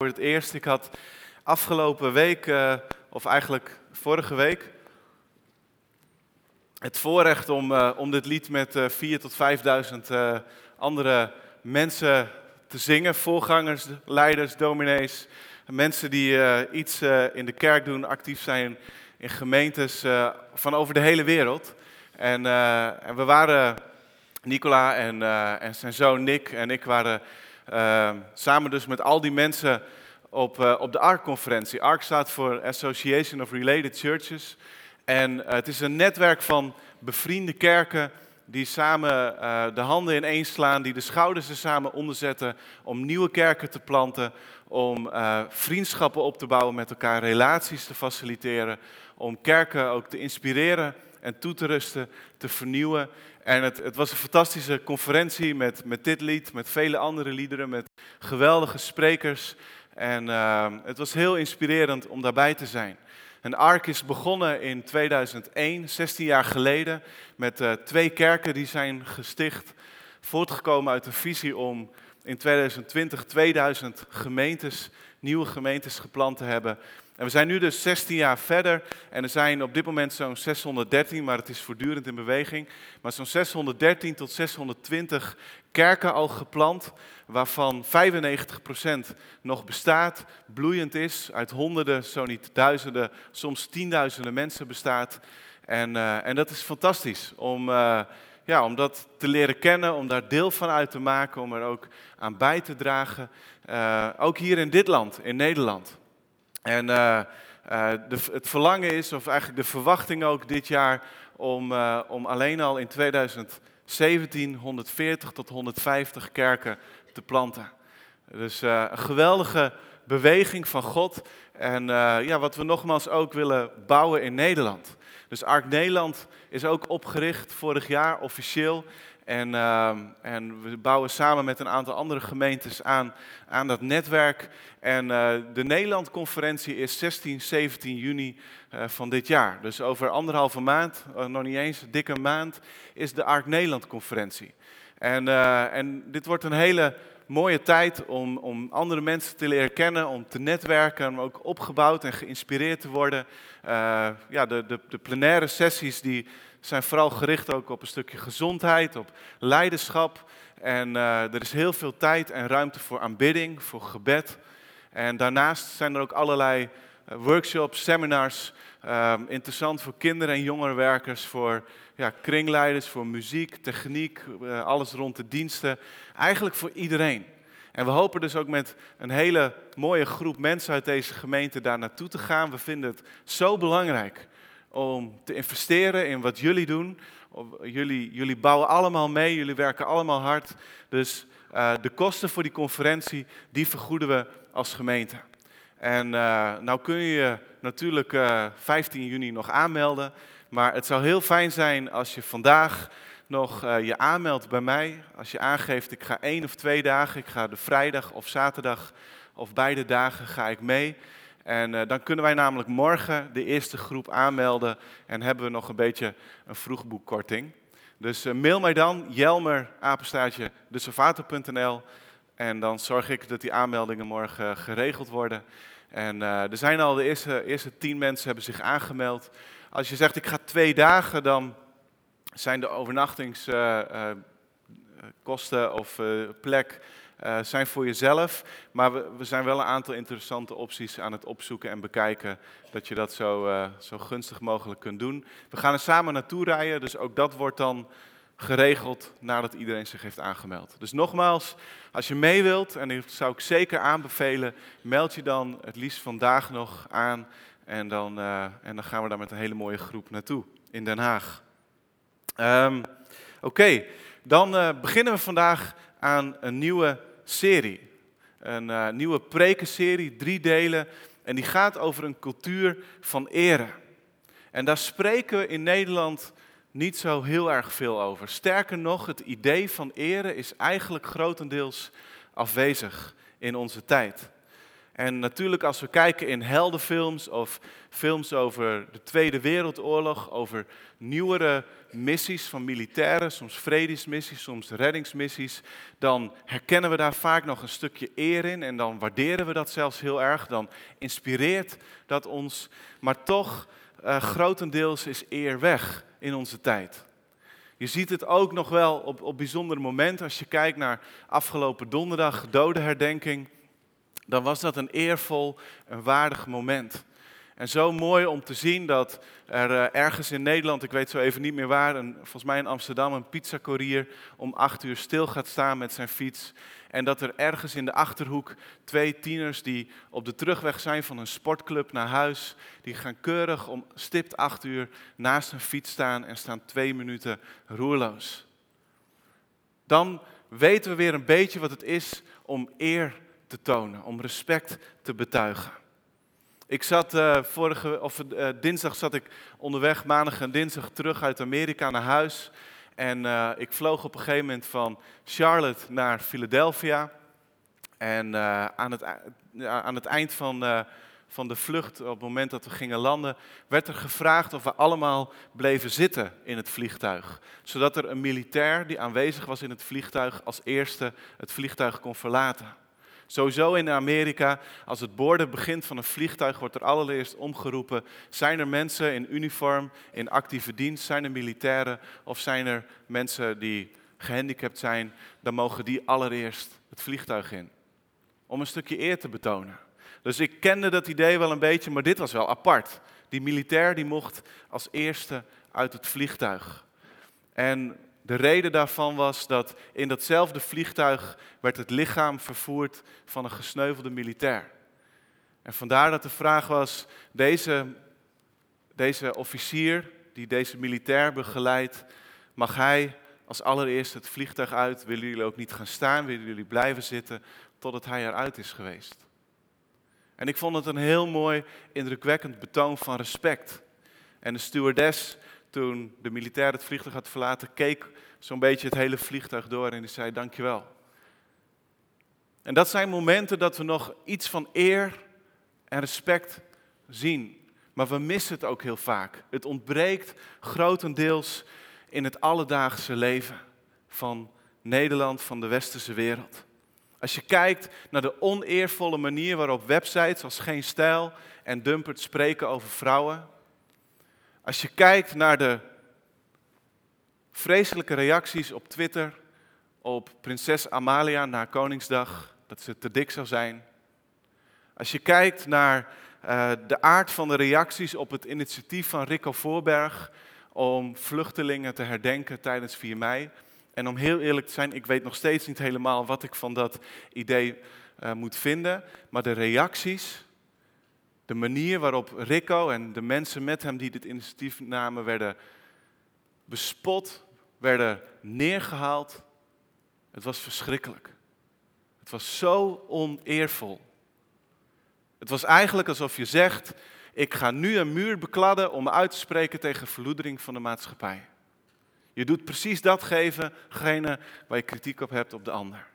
voor het eerst. Ik had afgelopen week, of eigenlijk vorige week, het voorrecht om dit lied met 4.000 tot 5.000 andere mensen te zingen. Voorgangers, leiders, dominees, mensen die iets in de kerk doen, actief zijn in gemeentes van over de hele wereld. En we waren, Nicola en zijn zoon Nick en ik waren samen dus met al die mensen op de ARC-conferentie. ARC staat voor Association of Related Churches. En het is een netwerk van bevriende kerken die samen de handen ineens slaan, die de schouders er samen onder zetten om nieuwe kerken te planten, om vriendschappen op te bouwen met elkaar, relaties te faciliteren, om kerken ook te inspireren en toe te rusten, te vernieuwen. En het was een fantastische conferentie met dit lied, met vele andere liederen, met geweldige sprekers. En het was heel inspirerend om daarbij te zijn. En ARC is begonnen in 2001, 16 jaar geleden, met 2 kerken die zijn gesticht. Voortgekomen uit een visie om in 2020 2000 gemeentes, nieuwe gemeentes geplant te hebben. En we zijn nu dus 16 jaar verder en er zijn op dit moment zo'n 613, maar het is voortdurend in beweging. Maar zo'n 613 tot 620 kerken al geplant, waarvan 95% nog bestaat, bloeiend is, uit honderden, zo niet duizenden, soms tienduizenden mensen bestaat. En dat is fantastisch om dat te leren kennen, om daar deel van uit te maken, om er ook aan bij te dragen. Ook hier in dit land, in Nederland. En het verlangen is, of eigenlijk de verwachting ook dit jaar, om alleen al in 2017 140 tot 150 kerken te planten. Dus een geweldige beweging van God. En wat we nogmaals ook willen bouwen in Nederland. Dus ARC Nederland is ook opgericht vorig jaar officieel. En we bouwen samen met een aantal andere gemeentes aan dat netwerk. En de Nederland-conferentie is 16, 17 juni van dit jaar. Dus over 1,5 maand, nog niet eens, een dikke maand, is de ARC Nederland-conferentie. En dit wordt een hele mooie tijd om andere mensen te leren kennen, om te netwerken, om ook opgebouwd en geïnspireerd te worden. De plenaire sessies die zijn vooral gericht ook op een stukje gezondheid, op leiderschap. En er is heel veel tijd en ruimte voor aanbidding, voor gebed. En daarnaast zijn er ook allerlei workshops, seminars, interessant voor kinderen en jongerenwerkers, voor kringleiders, voor muziek, techniek, alles rond de diensten. Eigenlijk voor iedereen. En we hopen dus ook met een hele mooie groep mensen uit deze gemeente daar naartoe te gaan. We vinden het zo belangrijk om te investeren in wat jullie doen. Jullie bouwen allemaal mee, jullie werken allemaal hard. Dus de kosten voor die conferentie, die vergoeden we als gemeente. En nou kun je je natuurlijk 15 juni nog aanmelden. Maar het zou heel fijn zijn als je vandaag nog je aanmeldt bij mij. Als je aangeeft, ik ga 1 of 2 dagen, ik ga de vrijdag of zaterdag of beide dagen ga ik mee. En dan kunnen wij namelijk morgen de eerste groep aanmelden en hebben we nog een beetje een vroegboekkorting. Dus mail mij dan, jelmer@desalvator.nl en dan zorg ik dat die aanmeldingen morgen geregeld worden. En er zijn al de eerste 10 mensen hebben zich aangemeld. Als je zegt ik ga 2 dagen, dan zijn de overnachtingskosten of plek zijn voor jezelf. Maar we zijn wel een aantal interessante opties aan het opzoeken en bekijken dat je dat zo gunstig mogelijk kunt doen. We gaan er samen naartoe rijden, dus ook dat wordt dan geregeld nadat iedereen zich heeft aangemeld. Dus nogmaals, als je mee wilt, en dat zou ik zeker aanbevelen, meld je dan het liefst vandaag nog aan. En dan gaan we daar met een hele mooie groep naartoe in Den Haag. Oké, dan beginnen we vandaag aan een nieuwe serie. Een nieuwe prekenserie, 3 delen. En die gaat over een cultuur van ere. En daar spreken we in Nederland niet zo heel erg veel over. Sterker nog, het idee van ere is eigenlijk grotendeels afwezig in onze tijd. En natuurlijk als we kijken in heldenfilms of films over de Tweede Wereldoorlog, over nieuwere missies van militairen, soms vredesmissies, soms reddingsmissies, dan herkennen we daar vaak nog een stukje eer in en dan waarderen we dat zelfs heel erg. Dan inspireert dat ons, maar toch grotendeels is eer weg in onze tijd. Je ziet het ook nog wel op bijzondere momenten. Als je kijkt naar afgelopen donderdag, dodenherdenking, dan was dat een eervol, een waardig moment. En zo mooi om te zien dat er ergens in Nederland, ik weet zo even niet meer waar, volgens mij in Amsterdam, een pizzacourier om 8 uur stil gaat staan met zijn fiets. En dat er ergens in de Achterhoek 2 tieners die op de terugweg zijn van een sportclub naar huis, die gaan keurig om stipt 8 uur naast hun fiets staan en staan 2 minuten roerloos. Dan weten we weer een beetje wat het is om eer te tonen, om respect te betuigen. Ik zat dinsdag zat ik onderweg, maandag en dinsdag terug uit Amerika naar huis. En ik vloog op een gegeven moment van Charlotte naar Philadelphia. En aan het eind van de vlucht, op het moment dat we gingen landen, werd er gevraagd of we allemaal bleven zitten in het vliegtuig. Zodat er een militair die aanwezig was in het vliegtuig als eerste het vliegtuig kon verlaten. Sowieso in Amerika, als het boorden begint van een vliegtuig, wordt er allereerst omgeroepen, zijn er mensen in uniform, in actieve dienst, zijn er militairen of zijn er mensen die gehandicapt zijn, dan mogen die allereerst het vliegtuig in. Om een stukje eer te betonen. Dus ik kende dat idee wel een beetje, maar dit was wel apart. Die militair die mocht als eerste uit het vliegtuig. En de reden daarvan was dat in datzelfde vliegtuig werd het lichaam vervoerd van een gesneuvelde militair. En vandaar dat de vraag was, deze officier die deze militair begeleidt, mag hij als allereerste het vliegtuig uit? Willen jullie ook niet gaan staan? Willen jullie blijven zitten totdat hij eruit is geweest? En ik vond het een heel mooi, indrukwekkend betoon van respect. En de stewardess, toen de militair het vliegtuig had verlaten, keek zo'n beetje het hele vliegtuig door en die zei dankjewel. En dat zijn momenten dat we nog iets van eer en respect zien. Maar we missen het ook heel vaak. Het ontbreekt grotendeels in het alledaagse leven van Nederland, van de westerse wereld. Als je kijkt naar de oneervolle manier waarop websites als Geen Stijl en Dumpert spreken over vrouwen. Als je kijkt naar de vreselijke reacties op Twitter op prinses Amalia na Koningsdag, dat ze te dik zou zijn. Als je kijkt naar de aard van de reacties op het initiatief van Rico Voorberg om vluchtelingen te herdenken tijdens 4 mei. En om heel eerlijk te zijn, ik weet nog steeds niet helemaal wat ik van dat idee moet vinden. Maar de reacties, de manier waarop Rico en de mensen met hem die dit initiatief namen werden bespot, werden neergehaald. Het was verschrikkelijk. Het was zo oneervol. Het was eigenlijk alsof je zegt, ik ga nu een muur bekladden om me uit te spreken tegen verloedering van de maatschappij. Je doet precies datgene waar je kritiek op hebt op de ander.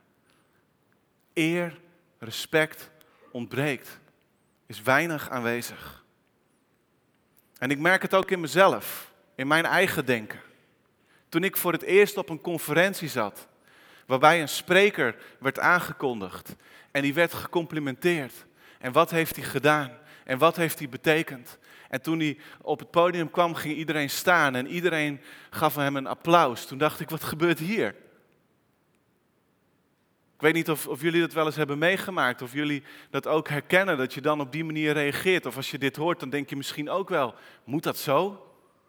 Eer, respect ontbreekt. Is weinig aanwezig. En ik merk het ook in mezelf, in mijn eigen denken. Toen ik voor het eerst op een conferentie zat, waarbij een spreker werd aangekondigd en die werd gecomplimenteerd. En wat heeft hij gedaan? En wat heeft hij betekend? En toen hij op het podium kwam, ging iedereen staan en iedereen gaf hem een applaus. Toen dacht ik, wat gebeurt hier? Ik weet niet of jullie dat wel eens hebben meegemaakt, of jullie dat ook herkennen, dat je dan op die manier reageert. Of als je dit hoort, dan denk je misschien ook wel, moet dat zo?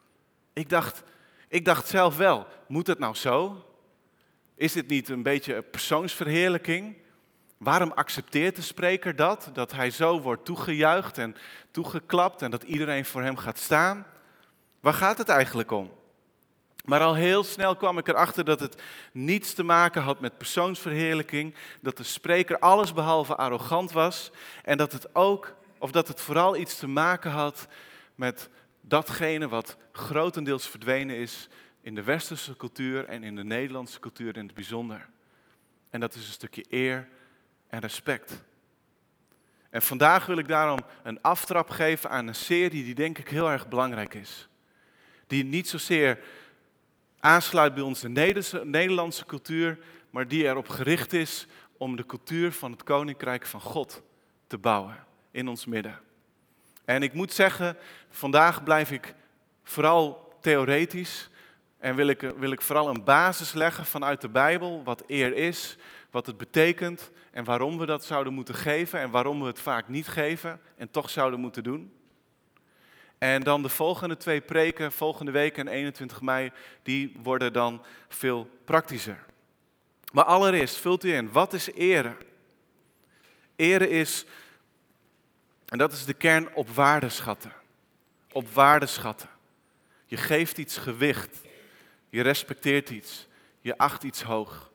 Ik dacht zelf wel, moet het nou zo? Is dit niet een beetje persoonsverheerlijking? Waarom accepteert de spreker dat? Dat hij zo wordt toegejuicht en toegeklapt en dat iedereen voor hem gaat staan? Waar gaat het eigenlijk om? Maar al heel snel kwam ik erachter dat het niets te maken had met persoonsverheerlijking, dat de spreker allesbehalve arrogant was en dat het vooral iets te maken had met datgene wat grotendeels verdwenen is in de westerse cultuur en in de Nederlandse cultuur in het bijzonder. En dat is een stukje eer en respect. En vandaag wil ik daarom een aftrap geven aan een serie die denk ik heel erg belangrijk is. Die niet zozeer aansluit bij onze Nederlandse cultuur, maar die erop gericht is om de cultuur van het Koninkrijk van God te bouwen in ons midden. En ik moet zeggen, vandaag blijf ik vooral theoretisch en wil ik vooral een basis leggen vanuit de Bijbel, wat eer is, wat het betekent en waarom we dat zouden moeten geven en waarom we het vaak niet geven en toch zouden moeten doen. En dan de volgende 2 preken, volgende week en 21 mei, die worden dan veel praktischer. Maar allereerst, vult u in, wat is ere? Ere is, en dat is de kern, op waarde schatten. Op waarde schatten. Je geeft iets gewicht. Je respecteert iets. Je acht iets hoog.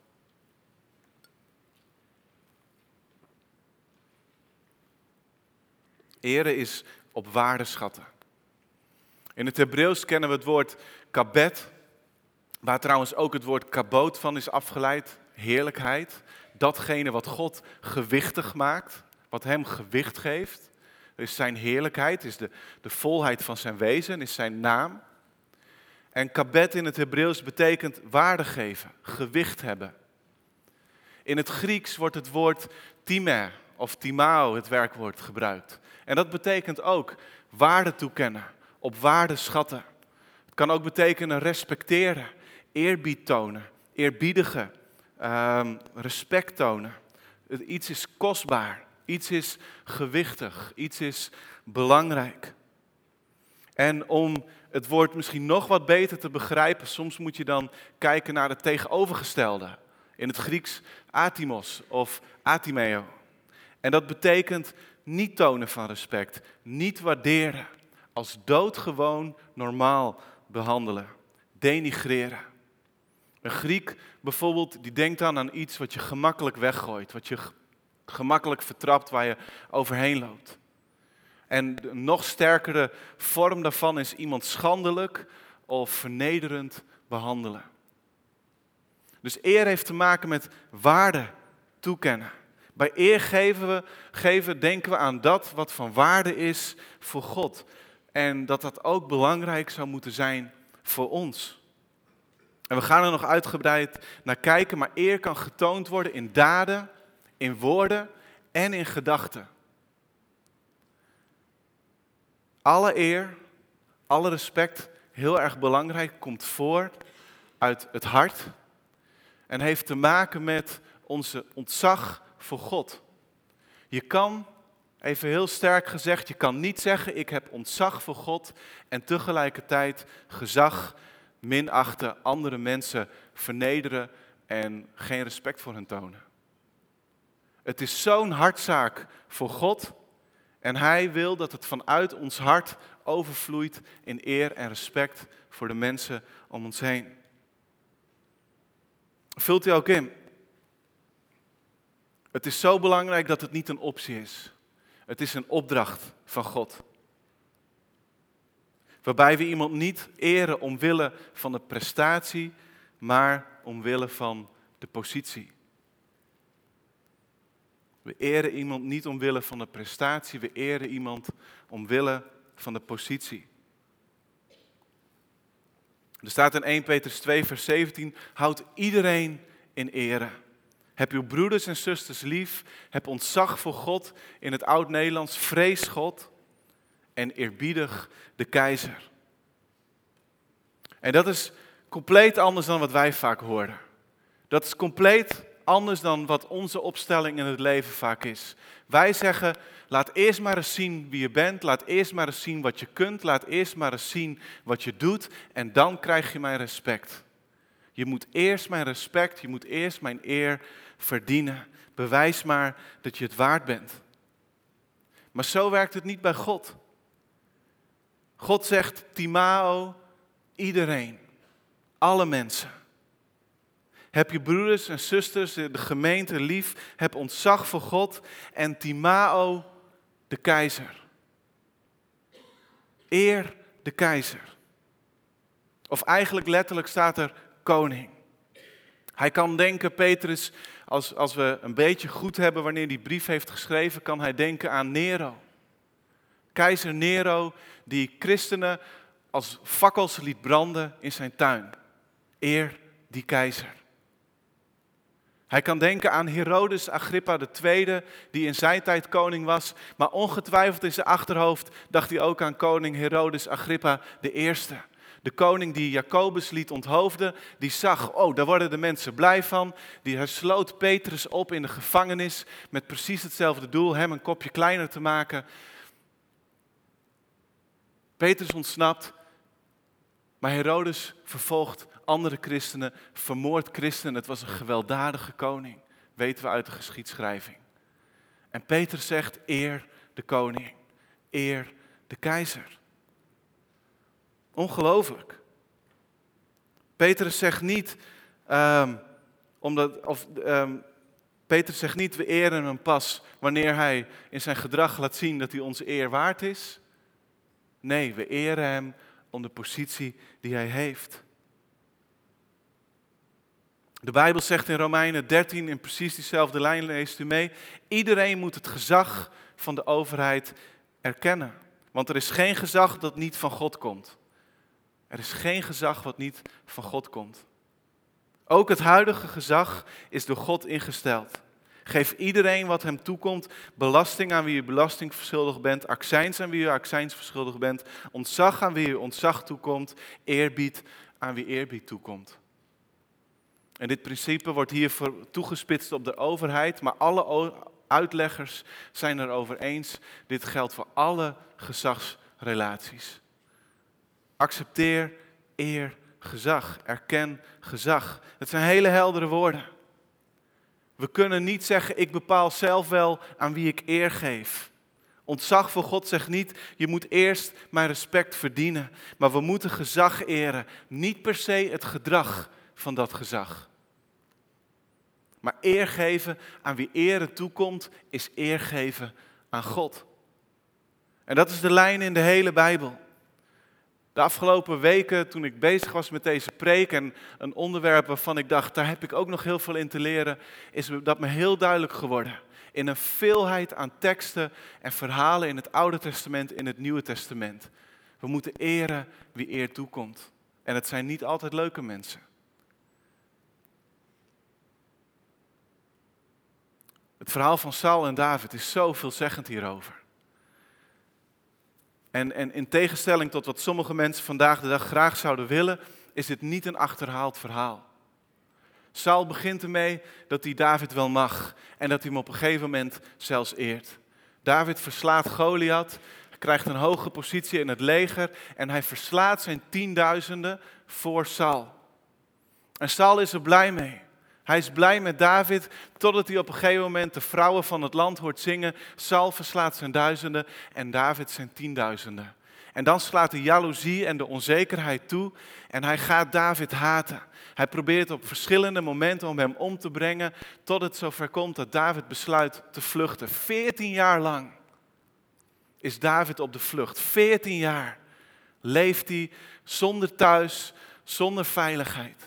Ere is op waarde schatten. In het Hebreeuws kennen we het woord kabed, waar trouwens ook het woord kaboot van is afgeleid, heerlijkheid. Datgene wat God gewichtig maakt, wat hem gewicht geeft, is zijn heerlijkheid, is de volheid van zijn wezen, is zijn naam. En kabed in het Hebreeuws betekent waarde geven, gewicht hebben. In het Grieks wordt het woord time of timao, het werkwoord, gebruikt. En dat betekent ook waarde toekennen, op waarde schatten. Het kan ook betekenen respecteren, eerbied tonen, eerbiedigen, respect tonen. Iets is kostbaar, iets is gewichtig, iets is belangrijk. En om het woord misschien nog wat beter te begrijpen, soms moet je dan kijken naar het tegenovergestelde. In het Grieks atimos of atimeo. En dat betekent niet tonen van respect, niet waarderen, als doodgewoon normaal behandelen, denigreren. Een Griek bijvoorbeeld, die denkt dan aan iets wat je gemakkelijk weggooit, wat je gemakkelijk vertrapt, waar je overheen loopt. En een nog sterkere vorm daarvan is iemand schandelijk of vernederend behandelen. Dus eer heeft te maken met waarde toekennen. Bij eer geven denken we aan dat wat van waarde is voor God. En dat dat ook belangrijk zou moeten zijn voor ons. En we gaan er nog uitgebreid naar kijken, maar eer kan getoond worden in daden, in woorden en in gedachten. Alle eer, alle respect, heel erg belangrijk, komt voort uit het hart en heeft te maken met onze ontzag voor God. Je kan, even heel sterk gezegd, je kan niet zeggen ik heb ontzag voor God en tegelijkertijd gezag, minachten, andere mensen vernederen en geen respect voor hen tonen. Het is zo'n hartzaak voor God en Hij wil dat het vanuit ons hart overvloeit in eer en respect voor de mensen om ons heen. Vult u ook in. Het is zo belangrijk dat het niet een optie is. Het is een opdracht van God. Waarbij we iemand niet eren omwille van de prestatie, maar omwille van de positie. We eren iemand niet omwille van de prestatie, we eren iemand omwille van de positie. Er staat in 1 Petrus 2 vers 17, houd iedereen in ere. Heb uw broeders en zusters lief, heb ontzag voor God, in het Oud-Nederlands vrees God en eerbiedig de keizer. En dat is compleet anders dan wat wij vaak horen. Dat is compleet anders dan wat onze opstelling in het leven vaak is. Wij zeggen, laat eerst maar eens zien wie je bent, laat eerst maar eens zien wat je kunt, laat eerst maar eens zien wat je doet en dan krijg je mijn respect. Je moet eerst mijn respect, je moet eerst mijn eer verdienen. Bewijs maar dat je het waard bent. Maar zo werkt het niet bij God. God zegt, timao, iedereen, alle mensen. Heb je broeders en zusters, de gemeente lief, heb ontzag voor God en timao, de keizer. Eer de keizer. Of eigenlijk letterlijk staat er koning. Hij kan denken, Petrus, als we een beetje goed hebben wanneer die brief heeft geschreven, kan hij denken aan Nero. Keizer Nero, die christenen als fakkels liet branden in zijn tuin. Eer die keizer. Hij kan denken aan Herodes Agrippa II, die in zijn tijd koning was, maar ongetwijfeld in zijn achterhoofd dacht hij ook aan koning Herodes Agrippa I. De koning die Jacobus liet onthoofden, die zag, daar worden de mensen blij van. Hij sloot Petrus op in de gevangenis met precies hetzelfde doel, hem een kopje kleiner te maken. Petrus ontsnapt, maar Herodes vervolgt andere christenen, vermoordt christenen. Het was een gewelddadige koning, weten we uit de geschiedschrijving. En Petrus zegt, eer de koning, eer de keizer. Ongelooflijk. Petrus zegt niet, Petrus zegt niet, we eren hem pas wanneer hij in zijn gedrag laat zien dat hij onze eer waard is. Nee, we eren hem om de positie die hij heeft. De Bijbel zegt in Romeinen 13, in precies diezelfde lijn, leest u mee, iedereen moet het gezag van de overheid erkennen. Want er is geen gezag dat niet van God komt. Er is geen gezag wat niet van God komt. Ook het huidige gezag is door God ingesteld. Geef iedereen wat hem toekomt, belasting aan wie u belasting verschuldigd bent, accijns aan wie u accijns verschuldigd bent, ontzag aan wie u ontzag toekomt, eerbied aan wie eerbied toekomt. En dit principe wordt hier toegespitst op de overheid, maar alle uitleggers zijn erover eens. Dit geldt voor alle gezagsrelaties. Accepteer, eer, gezag. Erken gezag. Het zijn hele heldere woorden. We kunnen niet zeggen, ik bepaal zelf wel aan wie ik eer geef. Ontzag voor God zegt niet, je moet eerst mijn respect verdienen. Maar we moeten gezag eren. Niet per se het gedrag van dat gezag. Maar eer geven aan wie ere toekomt, is eer geven aan God. En dat is de lijn in de hele Bijbel. De afgelopen weken, toen ik bezig was met deze preek en een onderwerp waarvan ik dacht, daar heb ik ook nog heel veel in te leren, is dat me heel duidelijk geworden. In een veelheid aan teksten en verhalen in het Oude Testament, in het Nieuwe Testament. We moeten eren wie eer toekomt. En het zijn niet altijd leuke mensen. Het verhaal van Saul en David is zo veelzeggend hierover. En in tegenstelling tot wat sommige mensen vandaag de dag graag zouden willen, is dit niet een achterhaald verhaal. Saul begint ermee dat hij David wel mag en dat hij hem op een gegeven moment zelfs eert. David verslaat Goliath, krijgt een hoge positie in het leger en hij verslaat zijn 10.000 voor Saul. En Saul is er blij mee. Hij is blij met David, totdat hij op een gegeven moment de vrouwen van het land hoort zingen. Saul verslaat zijn 1000 en David zijn 10.000. En dan slaat de jaloezie en de onzekerheid toe en hij gaat David haten. Hij probeert op verschillende momenten om hem om te brengen, tot het zover komt dat David besluit te vluchten. 14 jaar lang is David op de vlucht. 14 jaar leeft hij zonder thuis, zonder veiligheid.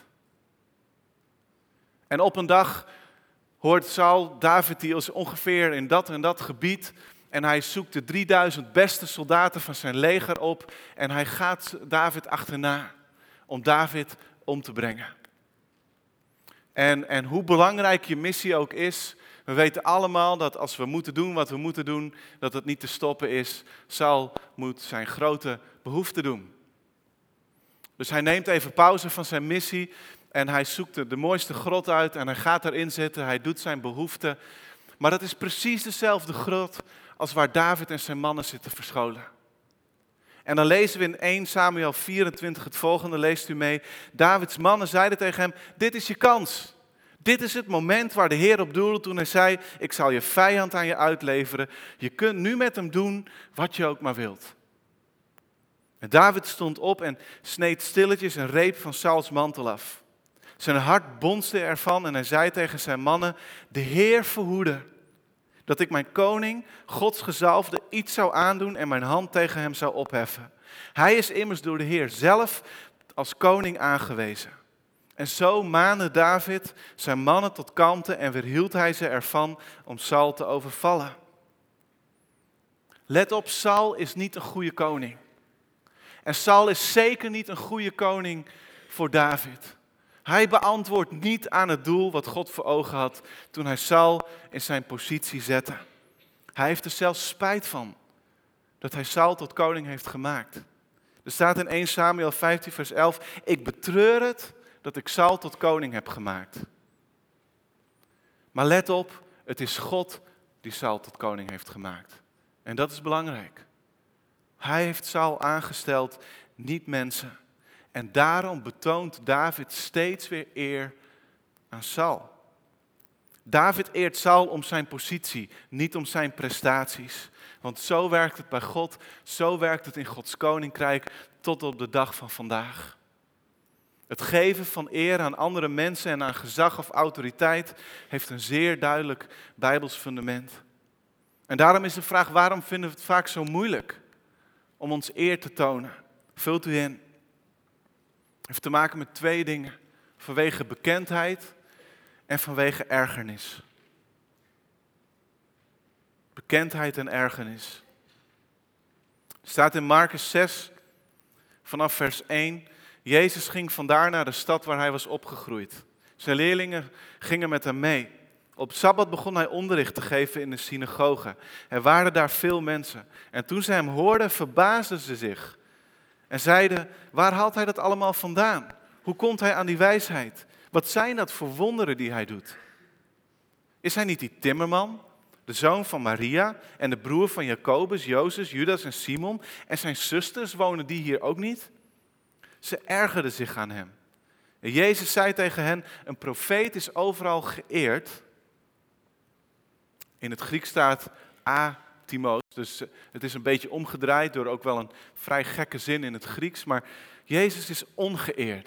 En op een dag hoort Saul, David die is ongeveer in dat en dat gebied. En hij zoekt de 3000 beste soldaten van zijn leger op. En hij gaat David achterna om David om te brengen. En hoe belangrijk je missie ook is. We weten allemaal dat als we moeten doen wat we moeten doen, dat het niet te stoppen is. Saul moet zijn grote behoefte doen. Dus hij neemt even pauze van zijn missie. En hij zoekt de mooiste grot uit en hij gaat erin zitten. Hij doet zijn behoefte. Maar dat is precies dezelfde grot als waar David en zijn mannen zitten verscholen. En dan lezen we in 1 Samuel 24 het volgende, leest u mee. Davids mannen zeiden tegen hem, dit is je kans. Dit is het moment waar de Heer op doelde toen hij zei, ik zal je vijand aan je uitleveren. Je kunt nu met hem doen wat je ook maar wilt. En David stond op en sneed stilletjes een reep van Sauls mantel af. Zijn hart bonsde ervan en hij zei tegen zijn mannen, de Heer verhoede dat ik mijn koning, Gods gezalfde, iets zou aandoen en mijn hand tegen hem zou opheffen. Hij is immers door de Heer zelf als koning aangewezen. En zo maande David zijn mannen tot kalmte en weerhield hij ze ervan om Saul te overvallen. Let op, Saul is niet een goede koning. En Saul is zeker niet een goede koning voor David. Hij beantwoordt niet aan het doel wat God voor ogen had toen hij Saul in zijn positie zette. Hij heeft er zelfs spijt van dat hij Saul tot koning heeft gemaakt. Er staat in 1 Samuel 15 vers 11, ik betreur het dat ik Saul tot koning heb gemaakt. Maar let op, het is God die Saul tot koning heeft gemaakt. En dat is belangrijk. Hij heeft Saul aangesteld, niet mensen. En daarom betoont David steeds weer eer aan Saul. David eert Saul om zijn positie, niet om zijn prestaties. Want zo werkt het bij God, zo werkt het in Gods koninkrijk tot op de dag van vandaag. Het geven van eer aan andere mensen en aan gezag of autoriteit heeft een zeer duidelijk Bijbels fundament. En daarom is de vraag, waarom vinden we het vaak zo moeilijk om ons eer te tonen? Vult u in. Het heeft te maken met 2 dingen. Vanwege bekendheid en vanwege ergernis. Bekendheid en ergernis. Er staat in Markus 6, vanaf vers 1. Jezus ging vandaar naar de stad waar hij was opgegroeid. Zijn leerlingen gingen met hem mee. Op Sabbat begon hij onderricht te geven in de synagoge. Er waren daar veel mensen. En toen ze hem hoorden, verbaasden ze zich. En zeiden, waar haalt hij dat allemaal vandaan? Hoe komt hij aan die wijsheid? Wat zijn dat voor wonderen die hij doet? Is hij niet die timmerman, de zoon van Maria en de broer van Jacobus, Jozef, Judas en Simon? En zijn zusters, wonen die hier ook niet? Ze ergerden zich aan hem. En Jezus zei tegen hen, een profeet is overal geëerd. In het Grieks staat atimos, dus het is een beetje omgedraaid door ook wel een vrij gekke zin in het Grieks. Maar Jezus is ongeëerd.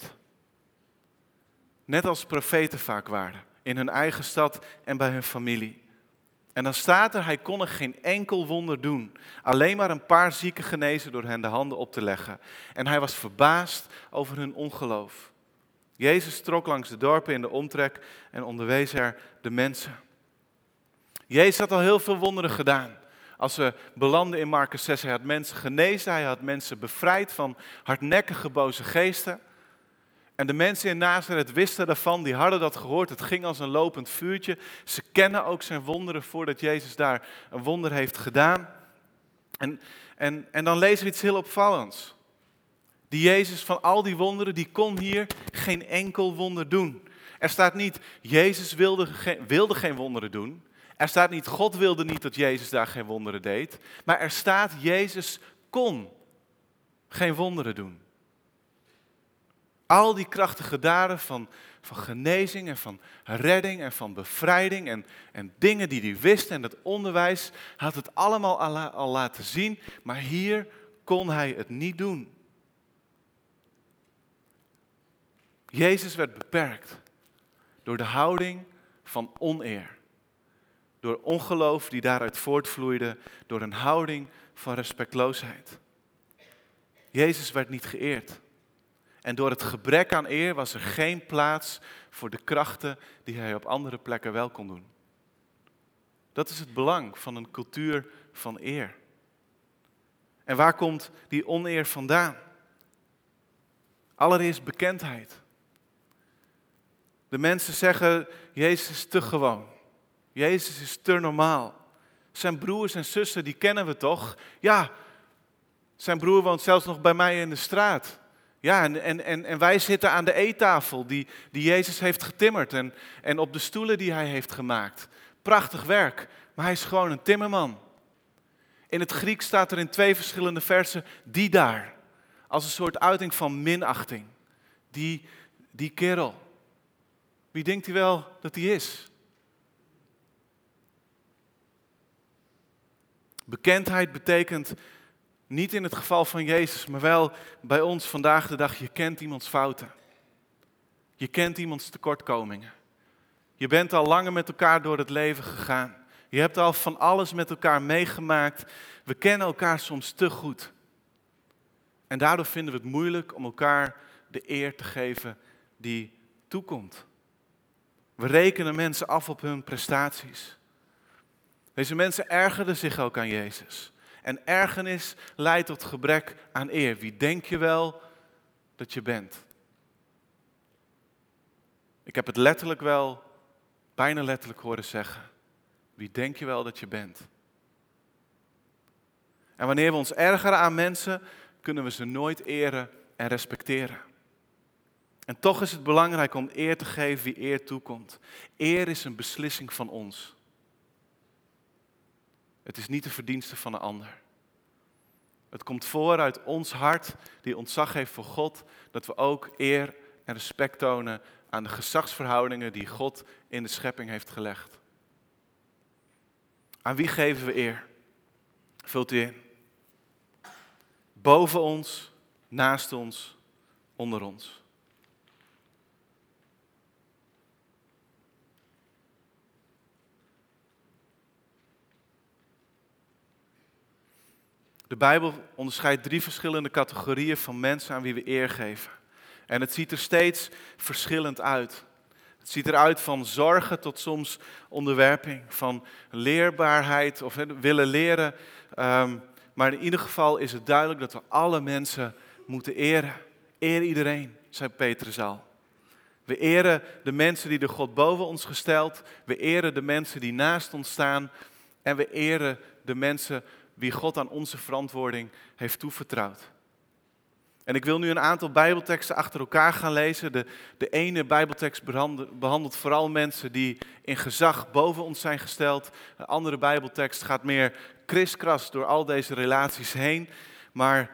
Net als profeten vaak waren, in hun eigen stad en bij hun familie. En dan staat er, hij kon er geen enkel wonder doen. Alleen maar een paar zieken genezen door hen de handen op te leggen. En hij was verbaasd over hun ongeloof. Jezus trok langs de dorpen in de omtrek en onderwees er de mensen. Jezus had al heel veel wonderen gedaan. Als we belanden in Markus 6, hij had mensen genezen, hij had mensen bevrijd van hardnekkige boze geesten. En de mensen in Nazareth wisten daarvan, die hadden dat gehoord. Het ging als een lopend vuurtje. Ze kennen ook zijn wonderen voordat Jezus daar een wonder heeft gedaan. En dan lezen we iets heel opvallends. Die Jezus van al die wonderen, die kon hier geen enkel wonder doen. Er staat niet, Jezus wilde geen wonderen doen. Er staat niet, God wilde niet dat Jezus daar geen wonderen deed. Maar er staat, Jezus kon geen wonderen doen. Al die krachtige daden van genezing en van redding en van bevrijding en dingen die hij wist en het onderwijs had het allemaal al laten zien, maar hier kon hij het niet doen. Jezus werd beperkt door de houding van oneer, door ongeloof die daaruit voortvloeide, door een houding van respectloosheid. Jezus werd niet geëerd. En door het gebrek aan eer was er geen plaats voor de krachten die hij op andere plekken wel kon doen. Dat is het belang van een cultuur van eer. En waar komt die oneer vandaan? Allereerst bekendheid. De mensen zeggen, Jezus is te gewoon. Jezus is te normaal. Zijn broers en zussen, die kennen we toch? Ja, zijn broer woont zelfs nog bij mij in de straat. Ja, en wij zitten aan de eettafel die Jezus heeft getimmerd en op de stoelen die hij heeft gemaakt. Prachtig werk, maar hij is gewoon een timmerman. In het Grieks staat er in 2 verschillende versen, die daar. Als een soort uiting van minachting. Die kerel. Wie denkt hij wel dat hij is? Bekendheid betekent niet in het geval van Jezus, maar wel bij ons vandaag de dag. Je kent iemands fouten. Je kent iemands tekortkomingen. Je bent al langer met elkaar door het leven gegaan. Je hebt al van alles met elkaar meegemaakt. We kennen elkaar soms te goed. En daardoor vinden we het moeilijk om elkaar de eer te geven die toekomt. We rekenen mensen af op hun prestaties. Deze mensen ergerden zich ook aan Jezus. En ergernis leidt tot gebrek aan eer. Wie denk je wel dat je bent? Ik heb het letterlijk wel, bijna letterlijk horen zeggen. Wie denk je wel dat je bent? En wanneer we ons ergeren aan mensen, kunnen we ze nooit eren en respecteren. En toch is het belangrijk om eer te geven wie eer toekomt. Eer is een beslissing van ons. Het is niet de verdienste van een ander. Het komt voor uit ons hart, die ontzag heeft voor God, dat we ook eer en respect tonen aan de gezagsverhoudingen die God in de schepping heeft gelegd. Aan wie geven we eer? Vult u in. Boven ons, naast ons, onder ons. De Bijbel onderscheidt 3 verschillende categorieën van mensen aan wie we eer geven. En het ziet er steeds verschillend uit. Het ziet eruit van zorgen tot soms onderwerping, van leerbaarheid of willen leren. Maar in ieder geval is het duidelijk dat we alle mensen moeten eren. Eer iedereen, zei Petrus al. We eren de mensen die de God boven ons gesteld. We eren de mensen die naast ons staan. En we eren de mensen wie God aan onze verantwoording heeft toevertrouwd. En ik wil nu een aantal Bijbelteksten achter elkaar gaan lezen. De ene Bijbeltekst behandelt vooral mensen die in gezag boven ons zijn gesteld. De andere Bijbeltekst gaat meer kriskras door al deze relaties heen. Maar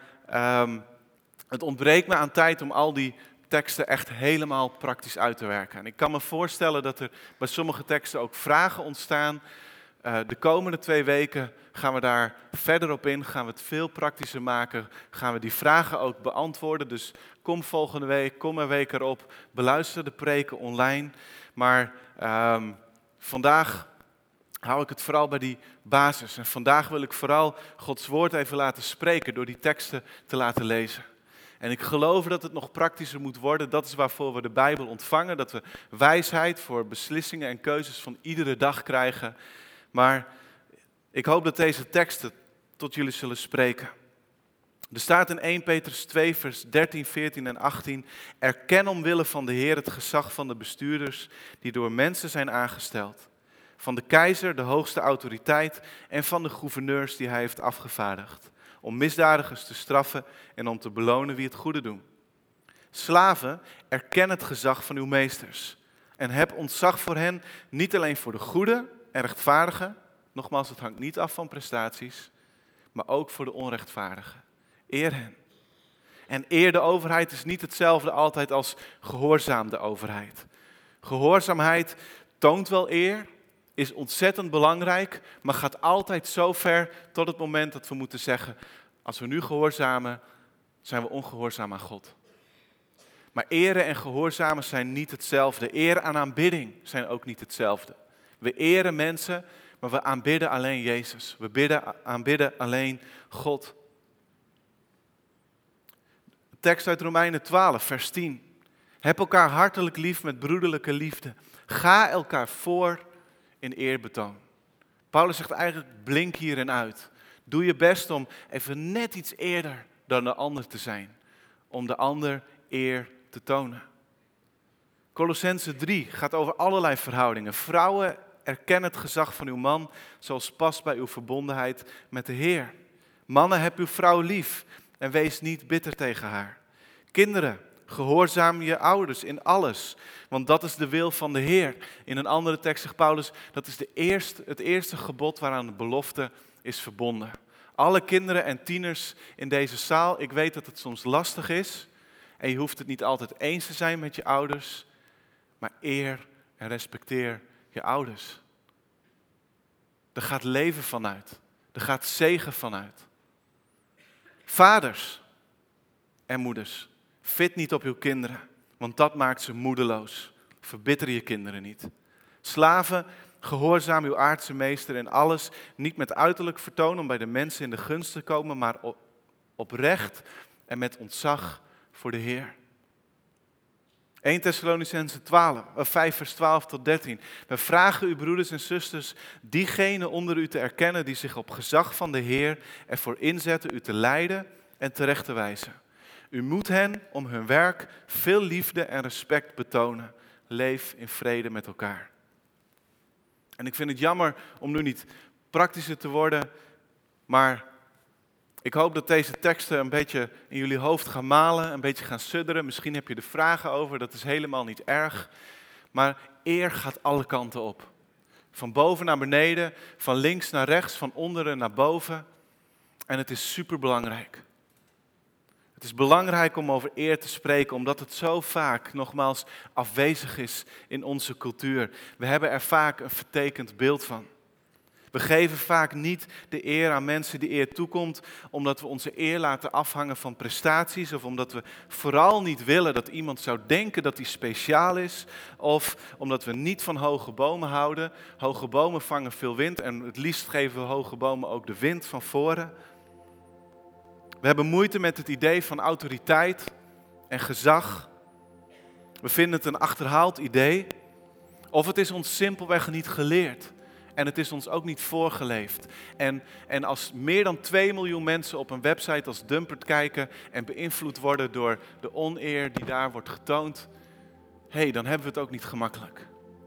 het ontbreekt me aan tijd om al die teksten echt helemaal praktisch uit te werken. En ik kan me voorstellen dat er bij sommige teksten ook vragen ontstaan. De komende 2 weken gaan we daar verder op in, gaan we het veel praktischer maken, gaan we die vragen ook beantwoorden. Dus kom volgende week, kom een week erop, beluister de preken online. Maar vandaag hou ik het vooral bij die basis. En vandaag wil ik vooral Gods woord even laten spreken door die teksten te laten lezen. En ik geloof dat het nog praktischer moet worden. Dat is waarvoor we de Bijbel ontvangen. Dat we wijsheid voor beslissingen en keuzes van iedere dag krijgen. Maar ik hoop dat deze teksten tot jullie zullen spreken. Er staat in 1 Petrus 2 vers 13, 14 en 18. Erken omwille van de Heer het gezag van de bestuurders die door mensen zijn aangesteld. Van de keizer, de hoogste autoriteit en van de gouverneurs die hij heeft afgevaardigd. Om misdadigers te straffen en om te belonen wie het goede doen. Slaven, erken het gezag van uw meesters. En heb ontzag voor hen, niet alleen voor de goede en rechtvaardigen. Nogmaals, het hangt niet af van prestaties. Maar ook voor de onrechtvaardigen. Eer hen. En eer de overheid is niet hetzelfde altijd als gehoorzaam de overheid. Gehoorzaamheid toont wel eer, is ontzettend belangrijk, maar gaat altijd zo ver tot het moment dat we moeten zeggen, als we nu gehoorzamen, zijn we ongehoorzaam aan God. Maar eren en gehoorzamen zijn niet hetzelfde. Eer en aanbidding zijn ook niet hetzelfde. We eren mensen, maar we aanbidden alleen Jezus. We aanbidden alleen God. De tekst uit Romeinen 12, vers 10. Heb elkaar hartelijk lief met broederlijke liefde. Ga elkaar voor in eerbetoon. Paulus zegt eigenlijk, blink hierin uit. Doe je best om even net iets eerder dan de ander te zijn. Om de ander eer te tonen. Kolossenzen 3 gaat over allerlei verhoudingen. Vrouwen, erken het gezag van uw man, zoals past bij uw verbondenheid met de Heer. Mannen, heb uw vrouw lief en wees niet bitter tegen haar. Kinderen, gehoorzaam je ouders in alles, want dat is de wil van de Heer. In een andere tekst zegt Paulus, dat is het eerste gebod waaraan de belofte is verbonden. Alle kinderen en tieners in deze zaal, ik weet dat het soms lastig is. En je hoeft het niet altijd eens te zijn met je ouders, maar eer en respecteer je ouders. Er gaat leven vanuit. Er gaat zegen vanuit. Vaders en moeders, fit niet op uw kinderen, want dat maakt ze moedeloos. Verbitter je kinderen niet. Slaven, gehoorzaam uw aardse meester in alles, niet met uiterlijk vertoon om bij de mensen in de gunst te komen, maar oprecht en met ontzag voor de Heer. 1 Thessalonicenzen 5 vers 12 tot 13. We vragen u broeders en zusters, diegenen onder u te erkennen die zich op gezag van de Heer ervoor inzetten u te leiden en terecht te wijzen. U moet hen om hun werk veel liefde en respect betonen. Leef in vrede met elkaar. En ik vind het jammer om nu niet praktischer te worden, maar ik hoop dat deze teksten een beetje in jullie hoofd gaan malen, een beetje gaan sudderen. Misschien heb je er vragen over, dat is helemaal niet erg. Maar eer gaat alle kanten op. Van boven naar beneden, van links naar rechts, van onderen naar boven. En het is superbelangrijk. Het is belangrijk om over eer te spreken, omdat het zo vaak, nogmaals, afwezig is in onze cultuur. We hebben er vaak een vertekend beeld van. We geven vaak niet de eer aan mensen die eer toekomt, omdat we onze eer laten afhangen van prestaties, of omdat we vooral niet willen dat iemand zou denken dat hij speciaal is, of omdat we niet van hoge bomen houden. Hoge bomen vangen veel wind en het liefst geven we hoge bomen ook de wind van voren. We hebben moeite met het idee van autoriteit en gezag. We vinden het een achterhaald idee, of het is ons simpelweg niet geleerd. En het is ons ook niet voorgeleefd. En als meer dan 2 miljoen mensen op een website als Dumpert kijken en beïnvloed worden door de oneer die daar wordt getoond, dan hebben we het ook niet gemakkelijk.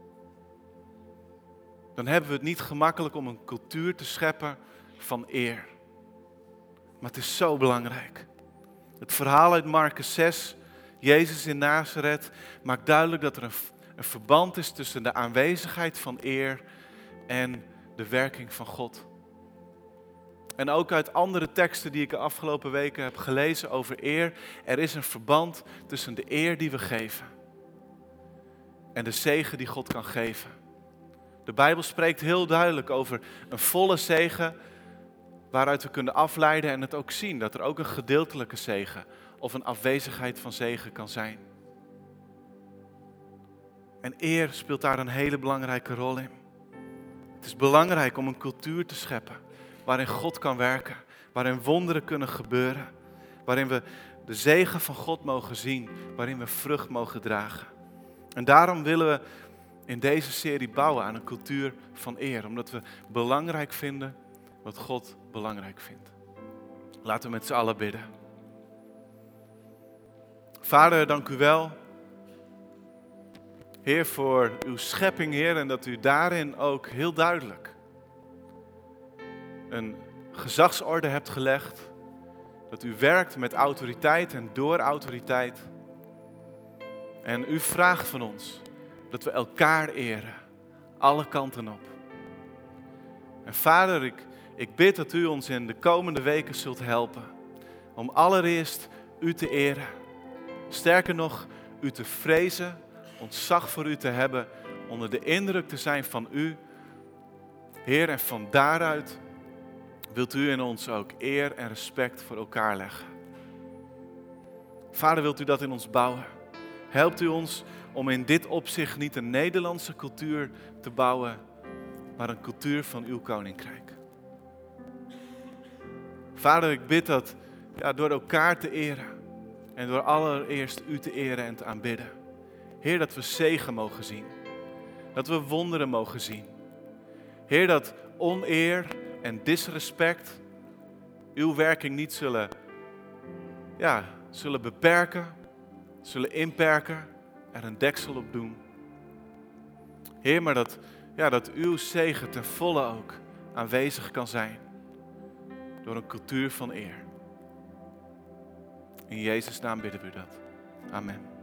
Dan hebben we het niet gemakkelijk om een cultuur te scheppen van eer. Maar het is zo belangrijk. Het verhaal uit Marcus 6, Jezus in Nazareth, maakt duidelijk dat er een verband is tussen de aanwezigheid van eer en de werking van God. En ook uit andere teksten die ik de afgelopen weken heb gelezen over eer. Er is een verband tussen de eer die we geven en de zegen die God kan geven. De Bijbel spreekt heel duidelijk over een volle zegen waaruit we kunnen afleiden en het ook zien. Dat er ook een gedeeltelijke zegen of een afwezigheid van zegen kan zijn. En eer speelt daar een hele belangrijke rol in. Het is belangrijk om een cultuur te scheppen waarin God kan werken, waarin wonderen kunnen gebeuren, waarin we de zegen van God mogen zien, waarin we vrucht mogen dragen. En daarom willen we in deze serie bouwen aan een cultuur van eer, omdat we belangrijk vinden wat God belangrijk vindt. Laten we met z'n allen bidden. Vader, dank u wel. Heer, voor uw schepping, Heer, en dat u daarin ook heel duidelijk een gezagsorde hebt gelegd. Dat u werkt met autoriteit en door autoriteit. En u vraagt van ons dat we elkaar eren, alle kanten op. En Vader, ik bid dat u ons in de komende weken zult helpen om allereerst u te eren. Sterker nog, u te vrezen, ontzag voor u te hebben, onder de indruk te zijn van u. Heer, en van daaruit wilt u in ons ook eer en respect voor elkaar leggen. Vader, wilt u dat in ons bouwen? Helpt u ons om in dit opzicht niet een Nederlandse cultuur te bouwen, maar een cultuur van uw koninkrijk. Vader, ik bid dat door elkaar te eren en door allereerst u te eren en te aanbidden. Heer, dat we zegen mogen zien. Dat we wonderen mogen zien. Heer, dat oneer en disrespect uw werking niet zullen beperken, zullen inperken, er een deksel op doen. Heer, maar dat uw zegen ten volle ook aanwezig kan zijn door een cultuur van eer. In Jezus' naam bidden we dat. Amen.